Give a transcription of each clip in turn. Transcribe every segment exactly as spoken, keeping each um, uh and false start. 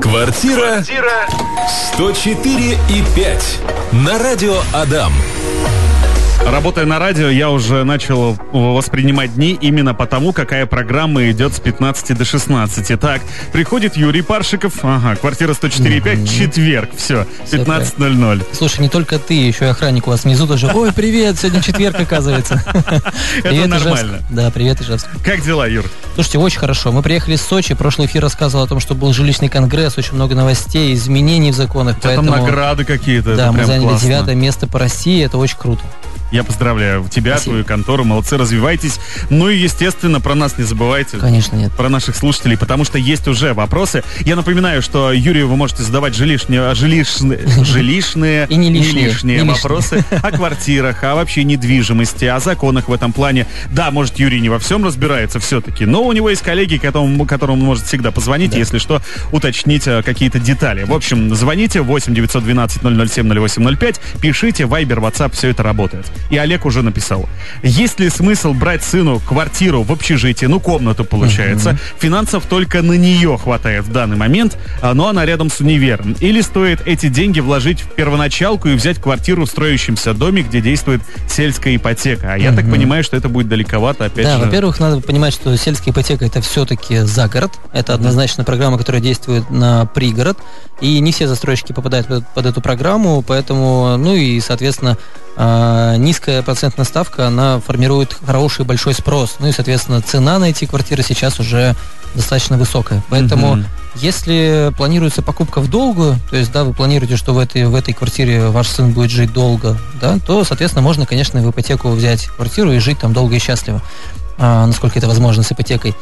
Квартира сто четыре и пять на радио Адам. Работая на радио, я уже начал воспринимать дни именно потому, какая программа идет с пятнадцати до шестнадцати. Так, приходит Юрий Паршиков. Ага, квартира сто четыре и пять, четверг, все, пятнадцать ноль ноль. Слушай, не только ты, еще и охранник у вас внизу тоже. Ой, привет, сегодня четверг, оказывается. Это нормально. Да, привет, Ижевск. Как дела, Юр? Слушайте, очень хорошо. Мы приехали из Сочи. Прошлый эфир рассказывал о том, что был жилищный конгресс, очень много новостей, изменений в законах. Там награды какие-то. Да, мы заняли девятое место по России. Это очень круто. Я поздравляю тебя, Спасибо. Твою контору, молодцы, развивайтесь. Ну и, естественно, про нас не забывайте. Конечно, нет. Про наших слушателей, потому что есть уже вопросы. Я напоминаю, что Юрию вы можете задавать жилищные, жилищные, жилищные и не лишние, не лишние не вопросы лишние. о квартирах, о вообще недвижимости, о законах в этом плане. Да, может, Юрий не во всем разбирается все-таки, но у него есть коллеги, которому, которому он может всегда позвонить, да. Если что, уточнить какие-то детали. В общем, звоните восемь девятьсот двенадцать ноль ноль семь ноль восемь ноль пять, пишите, Вайбер, WhatsApp, все это работает. И Олег уже написал. Есть ли смысл брать сыну квартиру в общежитии, ну, комнату получается, uh-huh. финансов только на нее хватает в данный момент, но она рядом с универом. Или стоит эти деньги вложить в первоначалку и взять квартиру в строящемся доме, где действует сельская ипотека? А я uh-huh. так понимаю, что это будет далековато, опять да, же. Да, во-первых, надо понимать, что сельская ипотека это все-таки за город. Это однозначно программа, которая действует на пригород. И не все застройщики попадают под, под эту программу, поэтому, ну и, соответственно, э, низкая процентная ставка, она формирует хороший большой спрос. Ну и, соответственно, цена на эти квартиры сейчас уже достаточно высокая. Поэтому, mm-hmm. если планируется покупка в долгую, то есть, да, вы планируете, что в этой, в этой квартире ваш сын будет жить долго, да, то, соответственно, можно, конечно, в ипотеку взять квартиру и жить там долго и счастливо. А, насколько это возможно с ипотекой.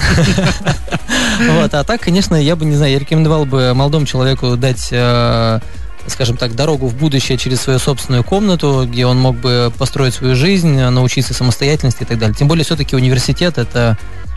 Вот, а так, конечно, я бы, не знаю, я рекомендовал бы молодому человеку дать, скажем так, дорогу в будущее через свою собственную комнату, где он мог бы построить свою жизнь, научиться самостоятельности и так далее. Тем более, все-таки университет — это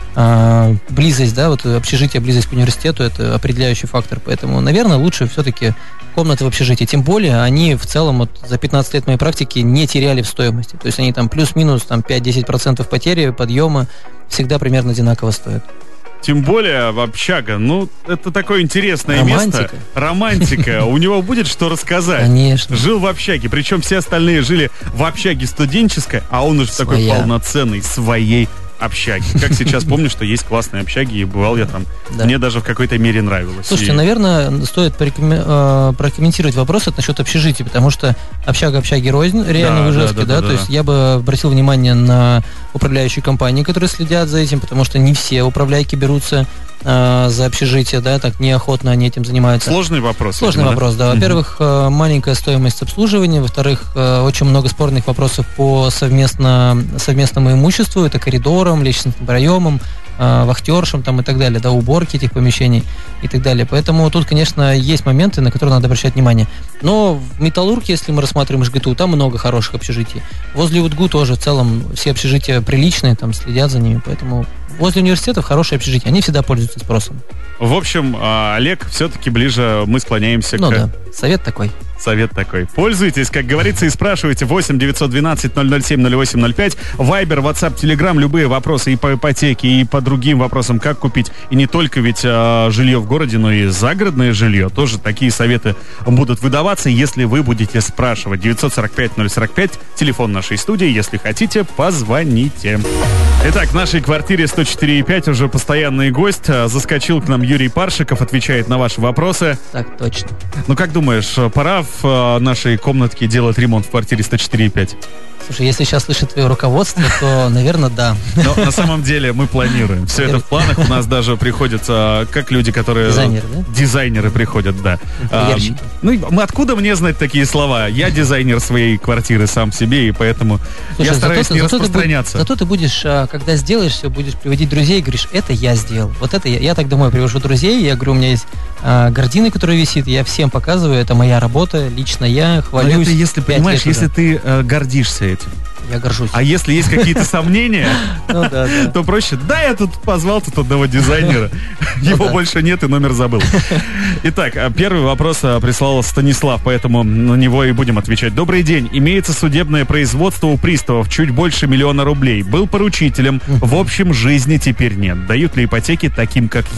а, близость, да, вот общежитие, близость к университету — это определяющий фактор. Поэтому, наверное, лучше все-таки комнаты в общежитии. Тем более, они в целом вот, за пятнадцать лет моей практики не теряли в стоимости. То есть они там плюс-минус там, пять-десять процентов потери, подъема всегда примерно одинаково стоят. Тем более в общага, ну, это такое интересное Романтика. место. Романтика. У него будет что рассказать. Конечно. Жил в общаге, причем все остальные жили в общаге студенческой, а он уже такой полноценный, своей общаги. Как сейчас помню, что есть классные общаги, и бывал я там. Да. Мне даже в какой-то мере нравилось. Слушайте, и... наверное, стоит прокомментировать вопрос насчет общежития, потому что общага общаги рознь, реально, да, в Ижевске, да, да, да, да. То есть я бы обратил внимание на управляющие компании, которые следят за этим, потому что не все управляйки берутся э, за общежитие, да, так неохотно они этим занимаются. Сложный вопрос. Сложный видимо, вопрос, да. да. Во-первых, э, маленькая стоимость обслуживания, во-вторых, э, очень много спорных вопросов по совместно, совместному имуществу, это коридорам, личным проемам, э, вахтершам там, и так далее, да, уборки этих помещений и так далее. Поэтому тут, конечно, есть моменты, на которые надо обращать внимание. Но в Металлурге, если мы рассматриваем ЖГТУ, там много хороших общежитий. Возле УДГУ тоже в целом все общежития приличные, там следят за ними, поэтому возле университетов хорошие общежития, они всегда пользуются спросом. В общем, Олег, все-таки ближе мы склоняемся ну, к... Ну да, совет такой. Совет такой. Пользуйтесь, как говорится, и спрашивайте. Восемь девятьсот двенадцать ноль ноль семь ноль восемь ноль пять. Вайбер, WhatsApp, Telegram. Любые вопросы и по ипотеке, и по другим вопросам, как купить. И не только ведь а, жилье в городе, но и загородное жилье. Тоже такие советы будут выдаваться, если вы будете спрашивать. девятьсот сорок пять ноль сорок пять. Телефон нашей студии. Если хотите, позвоните. Итак, в нашей квартире сто четыре и пять уже постоянный гость. Заскочил к нам Юрий Паршиков, отвечает на ваши вопросы. Так точно. Ну, как думаешь, пора в нашей комнатке делать ремонт в квартире сто четыре и пять? Слушай, если сейчас слышит твое руководство, то, наверное, да. Но на самом деле мы планируем. Все это в планах. У нас даже приходят, как люди, которые... Дизайнеры, да? Дизайнеры приходят, да. А, ну, откуда мне знать такие слова? Я дизайнер своей квартиры сам себе, и поэтому Слушай, я стараюсь зато, не зато распространяться. Ты, зато ты будешь, когда сделаешь все, будешь приводить друзей и говоришь, это я сделал. Вот это я. Я так домой привожу друзей, я говорю, у меня есть а, гардина, которая висит, я всем показываю, это моя работа, лично я хвалюсь. Но это если, понимаешь, если ты э, гордишься этим. Я горжусь. А если есть какие-то сомнения, то проще. Да, я тут позвал тут одного дизайнера. Его больше нет и номер забыл. Итак, первый вопрос прислал Станислав, поэтому на него и будем отвечать. Добрый день. Имеется судебное производство у приставов чуть больше миллиона рублей. Был поручителем. В общем, жизни теперь нет. Дают ли ипотеки таким, как я?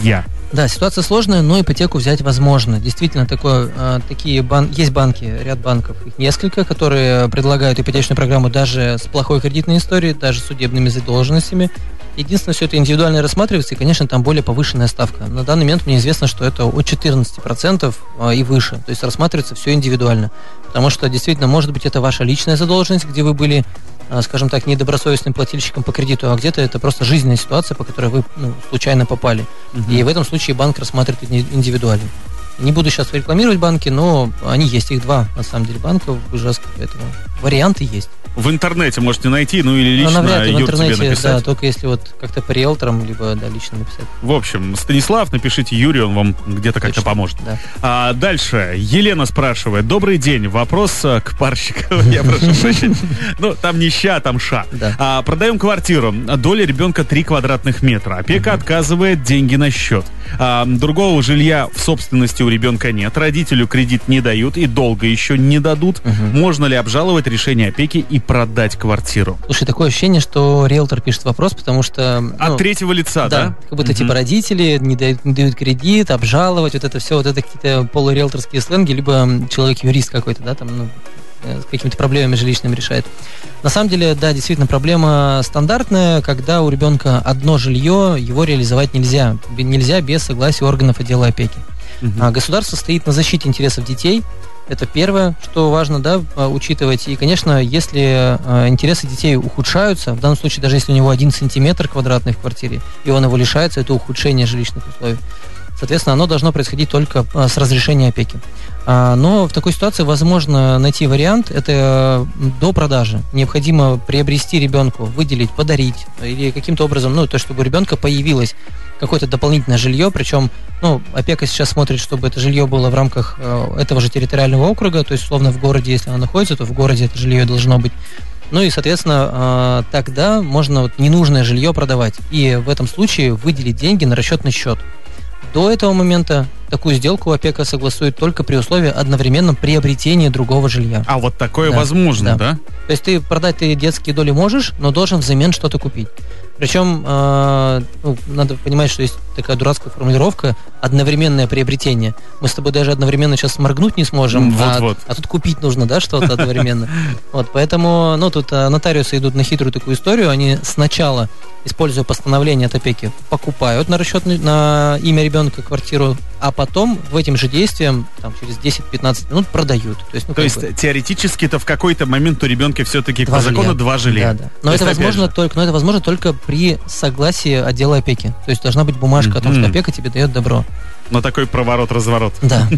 Да, ситуация сложная, но ипотеку взять возможно. Действительно, такое, э, такие бан... есть банки, ряд банков, их несколько, которые предлагают ипотечную программу даже с плохой кредитной историей, даже с судебными задолженностями. Единственное, все это индивидуально рассматривается, и, конечно, там более повышенная ставка. На данный момент мне известно, что это от четырнадцати процентов и выше. То есть рассматривается все индивидуально. Потому что, действительно, может быть, это ваша личная задолженность, где вы были, скажем так, недобросовестным плательщиком по кредиту, а где-то это просто жизненная ситуация, по которой вы ну, случайно попали. Угу. И в этом случае банк рассматривает индивидуально. Не буду сейчас рекламировать банки, но они есть, их два, на самом деле, банка в Ижевске, поэтому варианты есть. В интернете можете найти, ну или лично ну, навряд ли, Юр в интернете, тебе написать. Да, только если вот как-то по риэлторам, либо да, лично написать. В общем, Станислав, напишите Юрию, он вам где-то как-то поможет. Да. А дальше Елена спрашивает. Добрый день, вопрос к парщикам. Я прошу прощения. Ну, там не ща, там ша. А, продаем квартиру. Доля ребенка три квадратных метра. Опека отказывает, деньги на счет. А, другого жилья в собственности у ребенка нет. Родителю кредит не дают и долго еще не дадут. Можно ли обжаловать решение опеки и продать квартиру? Слушай, такое ощущение, что риэлтор пишет вопрос, потому что... Ну, от третьего лица, да? Да, как будто угу. типа родители не дают, не дают кредит, обжаловать, вот это все, вот это какие-то полуриэлторские сленги, либо человек-юрист какой-то, да, там, ну, с какими-то проблемами жилищными решает. На самом деле, да, действительно, проблема стандартная, когда у ребенка одно жилье, его реализовать нельзя. Нельзя без согласия органов отдела опеки. Угу. А государство стоит на защите интересов детей. Это первое, что важно, да, учитывать. И, конечно, если э, интересы детей ухудшаются, в данном случае, даже если у него один сантиметр квадратный в квартире, и он его лишается, это ухудшение жилищных условий. Соответственно, оно должно происходить только э, с разрешения опеки. А, но в такой ситуации возможно найти вариант, это до продажи. Необходимо приобрести ребенку, выделить, подарить, или каким-то образом, ну, то, чтобы у ребенка появилось какое-то дополнительное жилье, причем, ну, опека сейчас смотрит, чтобы это жилье было в рамках э, этого же территориального округа, то есть, условно, в городе, если оно находится, то в городе это жилье должно быть. Ну и, соответственно, э, тогда можно вот ненужное жилье продавать и в этом случае выделить деньги на расчетный счет. До этого момента такую сделку опека согласует только при условии одновременном приобретения другого жилья. А вот такое да, возможно, да. да? То есть ты продать ты детские доли можешь, но должен взамен что-то купить. Причем э, ну, надо понимать, что есть такая дурацкая формулировка одновременное приобретение. Мы с тобой даже одновременно сейчас моргнуть не сможем, вот, а, вот. а тут купить нужно, да, что-то одновременно. Вот, поэтому, ну, тут нотариусы идут на хитрую такую историю. Они сначала, используя постановление от опеки, покупают на расчет на имя ребенка квартиру, а потом в этим же действием там, через десять-пятнадцать минут продают. То есть, ну, То есть бы... теоретически-то в какой-то момент у ребенка все-таки по закону два жилья. Да, да. Но, это есть, возможно только, но это возможно только при согласии отдела опеки. То есть должна быть бумажка mm-hmm. о том, что опека тебе дает добро. Но такой проворот-разворот. Да.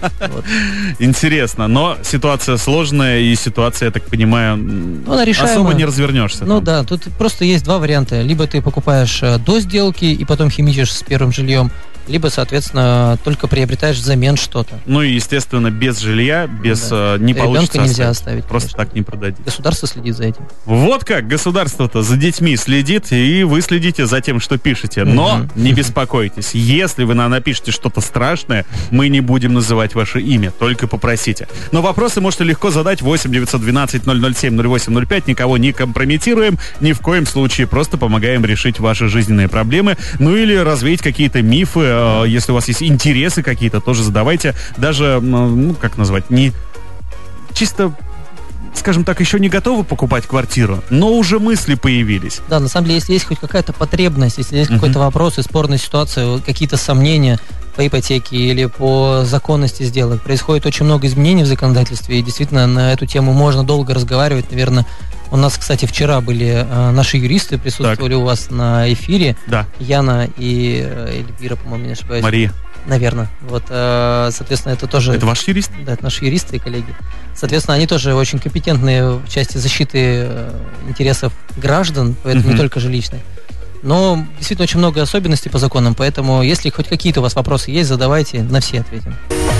Интересно. Но ситуация сложная, и ситуация, я так понимаю, особо не развернешься. Ну да, тут просто есть два варианта. Либо ты покупаешь до сделки и потом химичишь с первым жильем, либо, соответственно, только приобретаешь взамен что-то. Ну и, естественно, без жилья, без да. не получится ребенка нельзя оставить. Просто конечно. так не продадите. Государство следит за этим. Вот как государство-то за детьми следит, и вы следите за тем, что пишете. Но mm-hmm. не беспокойтесь. Если вы нам напишете что-то страшное, мы не будем называть ваше имя, только попросите. Но вопросы можете легко задать восемь девятьсот двенадцать ноль ноль семь ноль восемь ноль пять. Никого не компрометируем, ни в коем случае. Просто помогаем решить ваши жизненные проблемы. Ну или развеять какие-то мифы. Если у вас есть интересы какие-то, тоже задавайте. Даже, ну, как назвать, не чисто, скажем так, еще не готовы покупать квартиру, но уже мысли появились. Да, на самом деле, если есть хоть какая-то потребность, если есть uh-huh. какой-то вопрос и спорная ситуация, какие-то сомнения по ипотеке или по законности сделок, происходит очень много изменений в законодательстве, и действительно на эту тему можно долго разговаривать. Наверное, у нас, кстати, вчера были э, наши юристы, присутствовали так. у вас на эфире. Да. Яна и э, Эльвира, по-моему, не ошибаюсь. Мария. Наверное. Вот, э, соответственно, это тоже... Это ваш юрист? Да, это наши юристы и коллеги. Соответственно, они тоже очень компетентные в части защиты э, интересов граждан, поэтому uh-huh. не только жилищных. Но действительно очень много особенностей по законам, поэтому если хоть какие-то у вас вопросы есть, задавайте, на все ответим.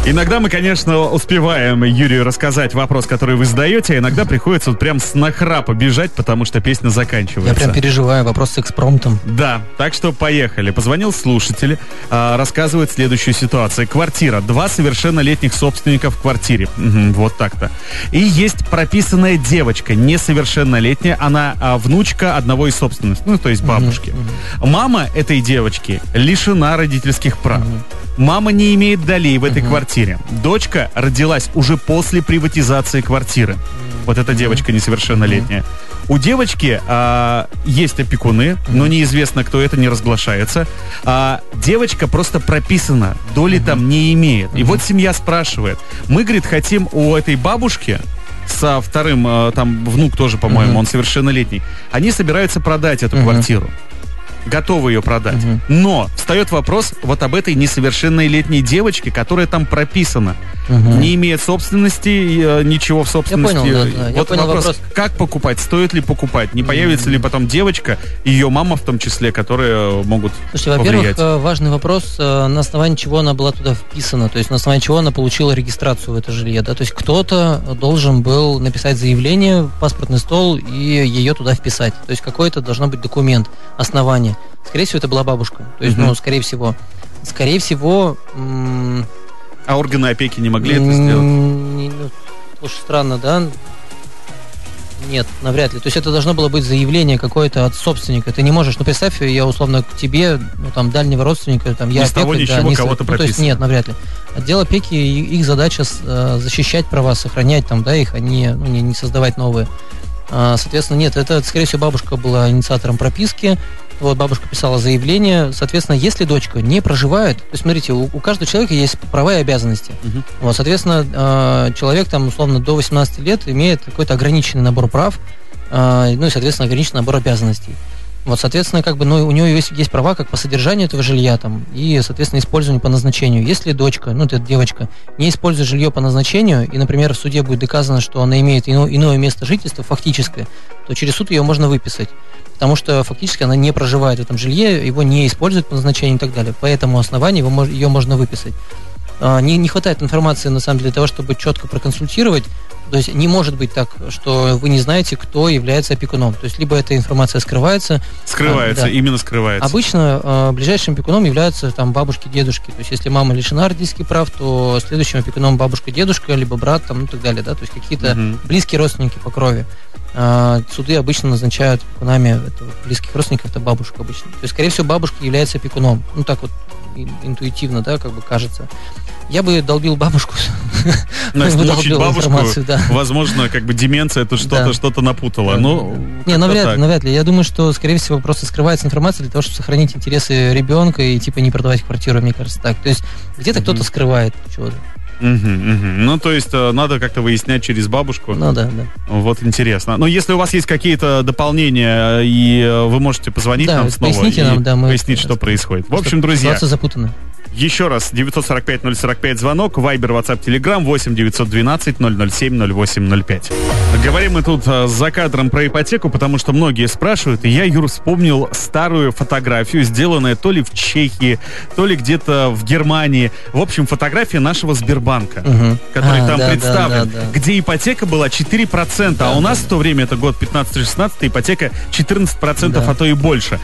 Иногда мы, конечно, успеваем Юрию рассказать вопрос, который вы задаете, а иногда приходится вот прям с нахрапа бежать, потому что песня заканчивается. Я прям переживаю, вопрос с экспромтом. Да, так что поехали. Позвонил слушатель, а, рассказывает следующую ситуацию. Квартира. Два совершеннолетних собственника в квартире. Угу, вот так-то. И есть прописанная девочка, несовершеннолетняя. Она а, внучка одного из собственников, ну, то есть бабушки. Угу, угу. Мама этой девочки лишена родительских прав. Угу. Мама не имеет долей в этой uh-huh. квартире. Дочка родилась уже после приватизации квартиры. Uh-huh. Вот эта девочка несовершеннолетняя. Uh-huh. У девочки а, есть опекуны, uh-huh. но неизвестно, кто это, не разглашается. А, девочка просто прописана, доли uh-huh. там не имеет. Uh-huh. И вот семья спрашивает. Мы, говорит, хотим у этой бабушки со вторым, там внук тоже, по-моему, uh-huh. он совершеннолетний. Они собираются продать эту uh-huh. квартиру. Готовы ее продать. Uh-huh. Но встает вопрос вот об этой несовершеннолетней девочке, которая там прописана. Uh-huh. Не имеет собственности, ничего в собственности. Я понял, да, да. Вот Я понял вопрос, вопрос, как покупать, стоит ли покупать? Не появится uh-huh. ли потом девочка, ее мама в том числе, которые могут Слушайте, повлиять? Во-первых, важный вопрос, на основании чего она была туда вписана, то есть на основании чего она получила регистрацию в это жилье. Да? То есть кто-то должен был написать заявление в паспортный стол и ее туда вписать. То есть какой-то должен быть документ, основание. Скорее всего, это была бабушка. То есть, uh-huh. ну, скорее всего. Скорее всего... М- а органы опеки не могли м- это сделать? Не, ну, слушай, странно, да? Нет, навряд ли. То есть это должно было быть заявление какое-то от собственника. Ты не можешь, ну, представь, я условно к тебе, ну, там, дальнего родственника, там, я опека, того, ничего, да, не кого-то ну, то есть, нет, навряд ли. Отдел опеки, их задача защищать права, сохранять там, да, их, а не, ну, не, не создавать новые. Соответственно, нет, это, скорее всего, бабушка была инициатором прописки. Вот, бабушка писала заявление. Соответственно, если дочка не проживает, то есть, смотрите, у, у каждого человека есть права и обязанности. Uh-huh. Вот, соответственно, человек там, условно, до восемнадцати лет имеет какой-то ограниченный набор прав, ну и, соответственно, ограниченный набор обязанностей. Вот, соответственно, как бы, ну, у него есть, есть права как по содержанию этого жилья там, и, соответственно, использованию по назначению. Если дочка, ну, это девочка, не использует жилье по назначению, и, например, в суде будет доказано, что она имеет ино, иное место жительства, фактическое, то через суд ее можно выписать. Потому что фактически она не проживает в этом жилье, его не использует по назначению и так далее. По этому основанию его, ее можно выписать. Не, не хватает информации, на самом деле, для того, чтобы четко проконсультировать. То есть не может быть так, что вы не знаете, кто является опекуном. То есть либо эта информация скрывается. Скрывается, а, да. именно скрывается. Обычно а, ближайшим опекуном являются там бабушки, дедушки. То есть если мама лишена родительских прав, то следующим опекуном бабушка, дедушка, либо брат, там, ну, и так далее. Да? То есть какие-то угу. близкие родственники по крови. А, суды обычно назначают опекунами близких родственников, это бабушка обычно. То есть, скорее всего, бабушка является опекуном. Ну так вот интуитивно, да, как бы кажется. Я бы долбил бабушку. Настя, мучить бабушку, да. Возможно, как бы деменция, это что-то, да. что-то напутало. Да. Ну, не, навряд ли, навряд ли. Я думаю, что, скорее всего, просто скрывается информация для того, чтобы сохранить интересы ребенка и, типа, не продавать квартиру, мне кажется, так. То есть, где-то mm-hmm. кто-то скрывает чего-то. Угу, угу. Ну, то есть, надо как-то выяснять через бабушку. Ну, да, да. Вот интересно. Но если у вас есть какие-то дополнения, и вы можете позвонить да, нам снова поясните и нам, да, мы пояснить, что происходит. В общем, друзья... Ситуация запутана. Еще раз, девятьсот сорок пять ноль сорок пять звонок, Вайбер, Ватсап, Телеграм, восемь девятьсот двенадцать ноль ноль семь ноль восемь ноль пять. Говорим мы тут а, за кадром про ипотеку, потому что многие спрашивают, и я, Юр, вспомнил старую фотографию, сделанную то ли в Чехии, то ли где-то в Германии. В общем, фотография нашего Сбербанка, угу. который а, там да, представлен, да, да, да. где ипотека была четыре процента, да, а у нас да, в то время, это год пятнадцатый-шестнадцатый, ипотека четырнадцать процентов, да. а то и больше.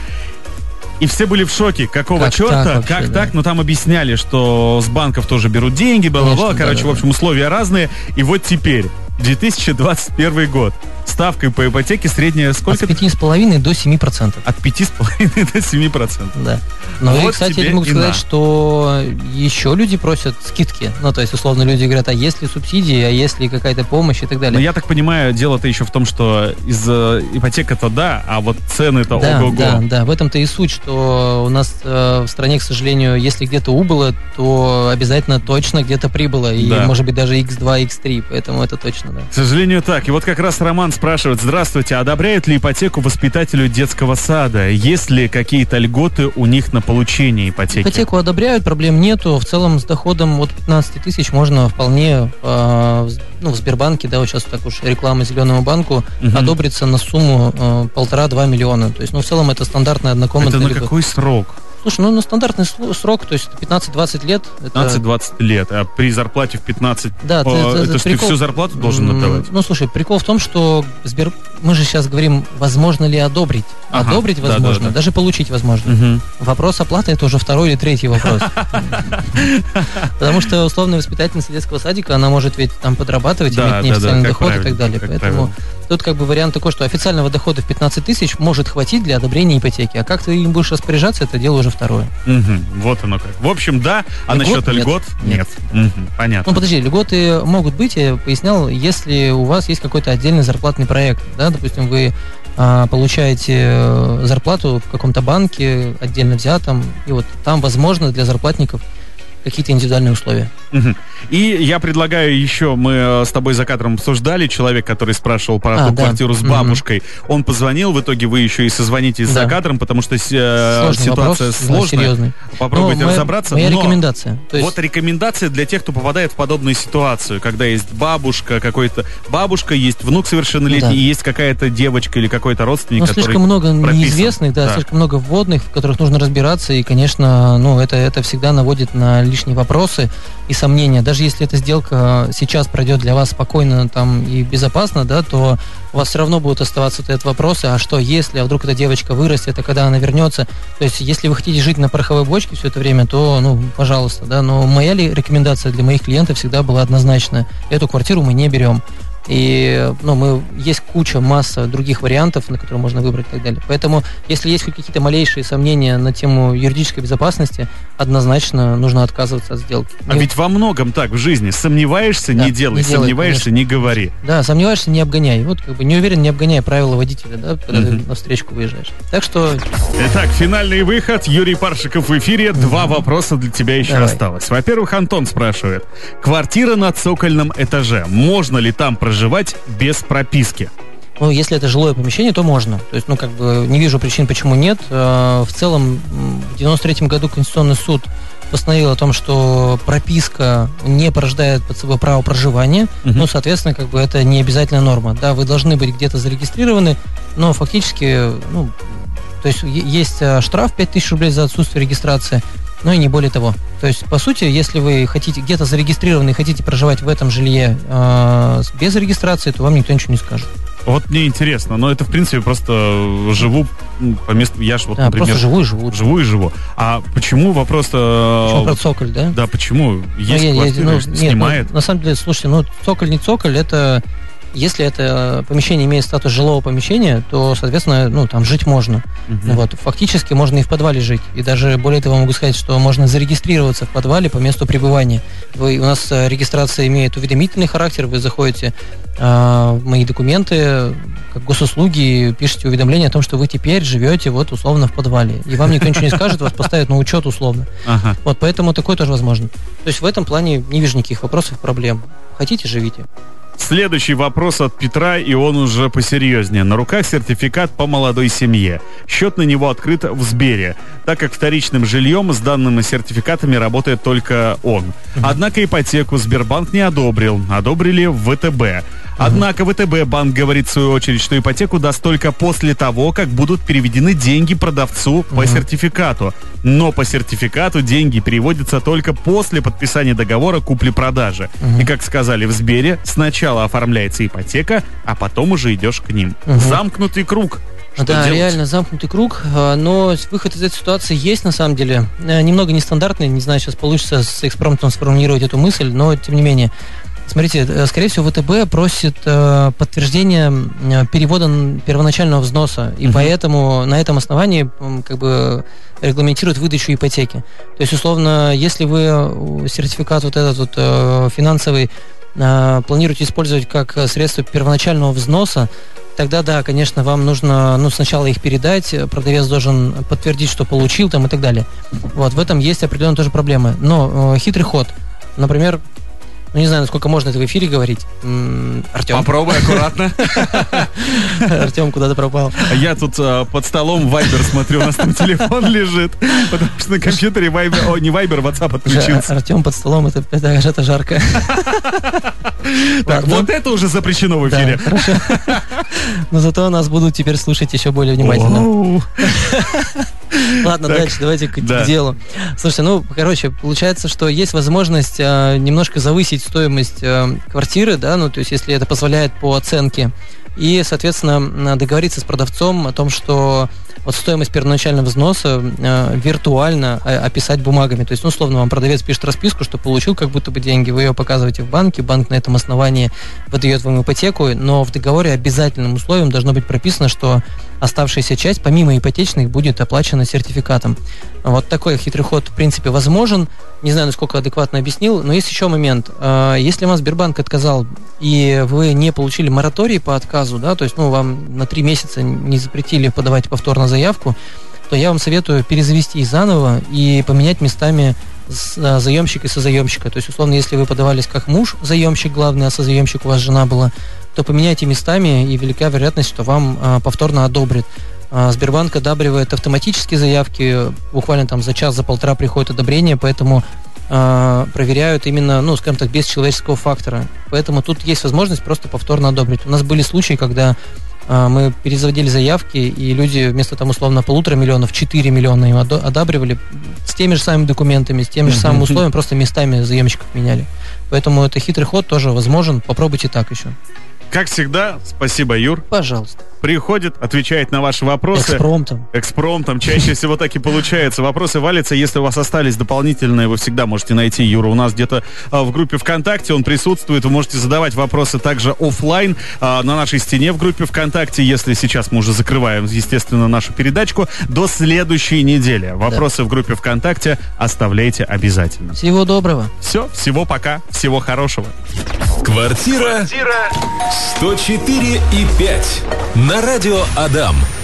И все были в шоке. Какого как черта? Так вообще, как да. так? Но там объясняли, что с банков тоже берут деньги, бла-бла-бла. Короче, да, в общем, условия разные. И вот теперь, две тысячи двадцать первый год. Ставка по ипотеке средняя сколько? От пяти с половиной до семи процентов. От пяти с половиной до семи процентов. Да. Ну вот и, кстати, я могу сказать, на. что еще люди просят скидки. Ну, то есть, условно, люди говорят, а есть ли субсидии, а есть ли какая-то помощь и так далее. Но я так понимаю, дело-то еще в том, что из-за ипотека-то да, а вот цены-то да, ого-го. Да, да, в этом-то и суть, что у нас э, в стране, к сожалению, если где-то убыло, то обязательно точно где-то прибыло. И, да. может быть, даже икс два, икс три, поэтому это точно, да. К сожалению, так. И вот как раз Роман спрашивает, здравствуйте, одобряют ли ипотеку воспитателю детского сада? Есть ли какие-то льготы у них на получение ипотеки? Ипотеку одобряют, проблем нету. В целом с доходом от пятнадцати тысяч можно вполне э, ну, в Сбербанке, да, вот сейчас так уж реклама Зеленому банку, угу. одобриться на сумму э, полтора-два миллиона. То есть, ну, в целом это стандартная однокомнатная. Это на либо... какой срок? Слушай, ну на стандартный срок, то есть пятнадцать-двадцать лет. пятнадцать-двадцать это... лет, а при зарплате в пятнадцать, да, о, это, это, это ж прикол... ты всю зарплату должен отдавать. Ну, слушай, прикол в том, что Сбер... мы же сейчас говорим, возможно ли одобрить. Ага, одобрить возможно, да, да, да. даже получить возможно. Угу. Вопрос оплаты — это уже второй или третий вопрос. Потому что условная воспитательница детского садика, она может ведь там подрабатывать, иметь неофициальный доход и так далее. Поэтому тут как бы вариант такой, что официального дохода в пятнадцать тысяч может хватить для одобрения ипотеки. А как ты им будешь распоряжаться, это дело уже второе. Угу, вот оно как. В общем, да, а насчет льгот нет. нет. Угу, понятно. Ну, подожди, льготы могут быть, я пояснял, если у вас есть какой-то отдельный зарплатный проект. Да, допустим, вы а, получаете зарплату в каком-то банке, отдельно взятом, и вот там, возможно, для зарплатников какие-то индивидуальные условия. Угу. И я предлагаю еще, мы с тобой за кадром обсуждали, человек, который спрашивал про а, ту да. квартиру с бабушкой, угу. он позвонил, в итоге вы еще и созвонитесь да. за кадром, потому что э, ситуация вопрос, сложная. Да, попробуйте но разобраться. Моя но рекомендация. То есть... Вот рекомендация для тех, кто попадает в подобную ситуацию, когда есть бабушка, какой-то бабушка, есть внук совершеннолетний, да. и есть какая-то девочка или какой-то родственник, ну, который слишком много прописан. неизвестных, да, да, слишком много вводных, в которых нужно разбираться, и, конечно, ну, это, это всегда наводит на лишние вопросы и сомнения. Даже если эта сделка сейчас пройдет для вас спокойно там и безопасно, да, то у вас все равно будут оставаться вот этот вопрос, а что если, а вдруг эта девочка вырастет, а когда она вернется? То есть, если вы хотите жить на пороховой бочке все это время, то, ну, пожалуйста, да, но моя ли рекомендация для моих клиентов всегда была однозначная. Эту квартиру мы не берем. И, ну, мы, есть куча, масса других вариантов, на которые можно выбрать и так далее. Поэтому, если есть хоть какие-то малейшие сомнения на тему юридической безопасности, однозначно нужно отказываться от сделки. А не... ведь во многом так в жизни. Сомневаешься, да, не делай, не сомневаешься, конечно. Не говори. Да, сомневаешься, не обгоняй. Вот как бы не уверен, не обгоняй правила водителя, да, когда uh-huh. ты на встречку выезжаешь. Так что... Итак, финальный выход. Юрий Паршиков в эфире. Uh-huh. Два вопроса для тебя еще Давай. осталось. Во-первых, Антон спрашивает. Квартира на цокольном этаже. Можно ли там проживать жевать без прописки? Ну, если это жилое помещение, то можно. То есть, ну, как бы, не вижу причин, почему нет. В целом, в девяносто третьем году Конституционный суд постановил о том, что прописка не порождает под собой право проживания. Uh-huh. Ну, соответственно, как бы, это не обязательная норма. Да, вы должны быть где-то зарегистрированы, но фактически, ну, то есть, есть штраф пять тысяч рублей за отсутствие регистрации, но и не более того. То есть, по сути, если вы хотите где-то зарегистрированы и хотите проживать в этом жилье э, без регистрации, то вам никто ничего не скажет. Вот мне интересно, но это, в принципе, просто живу по месту, я ж вот, да, например... просто живу и живу. Живу и живу. А почему вопрос-то... Почему про цоколь, да? Да, почему? Есть ну, квартира, ну, снимает? Нет, ну, на самом деле, слушайте, ну, цоколь не цоколь, это... Если это помещение имеет статус жилого помещения, то, соответственно, ну, там жить можно. Uh-huh. Вот. Фактически можно и в подвале жить. И даже более того могу сказать, что можно зарегистрироваться в подвале по месту пребывания. Вы, у нас регистрация имеет уведомительный характер, вы заходите э, в мои документы, как госуслуги, пишете уведомление о том, что вы теперь живете вот условно в подвале. И вам никто ничего не скажет, вас поставят на учет условно. Uh-huh. Вот, поэтому такое тоже возможно. То есть в этом плане не вижу никаких вопросов, проблем. Хотите, живите. Следующий вопрос от Петра, и он уже посерьезнее. На руках сертификат по молодой семье. Счет на него открыт в Сбере, так как вторичным жильем с данными сертификатами работает только он. Однако ипотеку Сбербанк не одобрил. Одобрили в ВТБ. Однако ВТБ банк говорит в свою очередь, что ипотеку даст только после того, как будут переведены деньги продавцу по uh-huh. сертификату. Но по сертификату деньги переводятся только после подписания договора купли-продажи. Uh-huh. И, как сказали в Сбере, сначала оформляется ипотека, а потом уже идешь к ним. Uh-huh. Замкнутый круг. Что да, делать? Реально замкнутый круг, но выход из этой ситуации есть на самом деле. Немного нестандартный, не знаю, сейчас получится с экспромтом сформулировать эту мысль, но тем не менее. Смотрите, скорее всего, ВТБ просит э, подтверждения перевода первоначального взноса, и uh-huh. поэтому на этом основании э, как бы регламентирует выдачу ипотеки. То есть, условно, если вы сертификат вот этот вот э, финансовый э, планируете использовать как средство первоначального взноса, тогда да, конечно, вам нужно, ну, сначала их передать, продавец должен подтвердить, что получил там и так далее. Вот, в этом есть определенные тоже проблемы. Но э, хитрый ход, например, ну, не знаю, насколько можно это в эфире говорить. Артем. Попробуй аккуратно. Артем куда-то пропал. Я тут а, под столом Вайбер смотрю, у нас там телефон лежит, потому что на компьютере Вайбер, о, не Вайбер, WhatsApp отключился. Артем под столом, это, это, это жарко. Так, вот это уже запрещено в эфире. Да, хорошо. Но зато нас будут теперь слушать еще более внимательно. Ладно, так, дальше, давайте к, да. к делу. Слушайте, ну, короче, получается, что есть возможность э, немножко завысить стоимость э, квартиры, да, ну, то есть, если это позволяет по оценке, и, соответственно, договориться с продавцом о том, что вот стоимость первоначального взноса э, виртуально э, описать бумагами. То есть, ну, условно, вам продавец пишет расписку, что получил как будто бы деньги, вы ее показываете в банке, банк на этом основании выдает вам ипотеку, но в договоре обязательным условием должно быть прописано, что оставшаяся часть, помимо ипотечных, будет оплачена сертификатом. Вот такой хитрый ход, в принципе, возможен. Не знаю, насколько адекватно объяснил, но есть еще момент. Если вам Сбербанк отказал, и вы не получили мораторий по отказу, да, то есть, ну, вам на три месяца не запретили подавать повторно заявку, то я вам советую перезавести заново и поменять местами заемщика и созаемщика. То есть, условно, если вы подавались как муж заемщик главный, а созаемщик у вас жена была, то поменяйте местами, и велика вероятность, что вам а, повторно одобрят. А, Сбербанк одабривает автоматически заявки, буквально там за час, за полтора приходит одобрение, поэтому а, проверяют именно, ну, скажем так, без человеческого фактора. Поэтому тут есть возможность просто повторно одобрить. У нас были случаи, когда а, мы перезаводили заявки, и люди вместо там условно полутора миллионов, четыре миллиона им одабривали с теми же самыми документами, с теми же самыми условиями, просто местами заемщиков меняли. Поэтому это хитрый ход тоже возможен. Попробуйте так еще. Как всегда, спасибо, Юр. Пожалуйста. Приходит, отвечает на ваши вопросы. Экспромтом. Экспромтом. Чаще всего так и получается. Вопросы валятся. Если у вас остались дополнительные, вы всегда можете найти Юру. У нас где-то а, в группе ВКонтакте он присутствует. Вы можете задавать вопросы также офлайн а, на нашей стене в группе ВКонтакте. Если сейчас мы уже закрываем, естественно, нашу передачку, до следующей недели. Вопросы да. в группе ВКонтакте оставляйте обязательно. Всего доброго. Все, всего пока, всего хорошего. Квартира сто четыре и пять на радио Адам.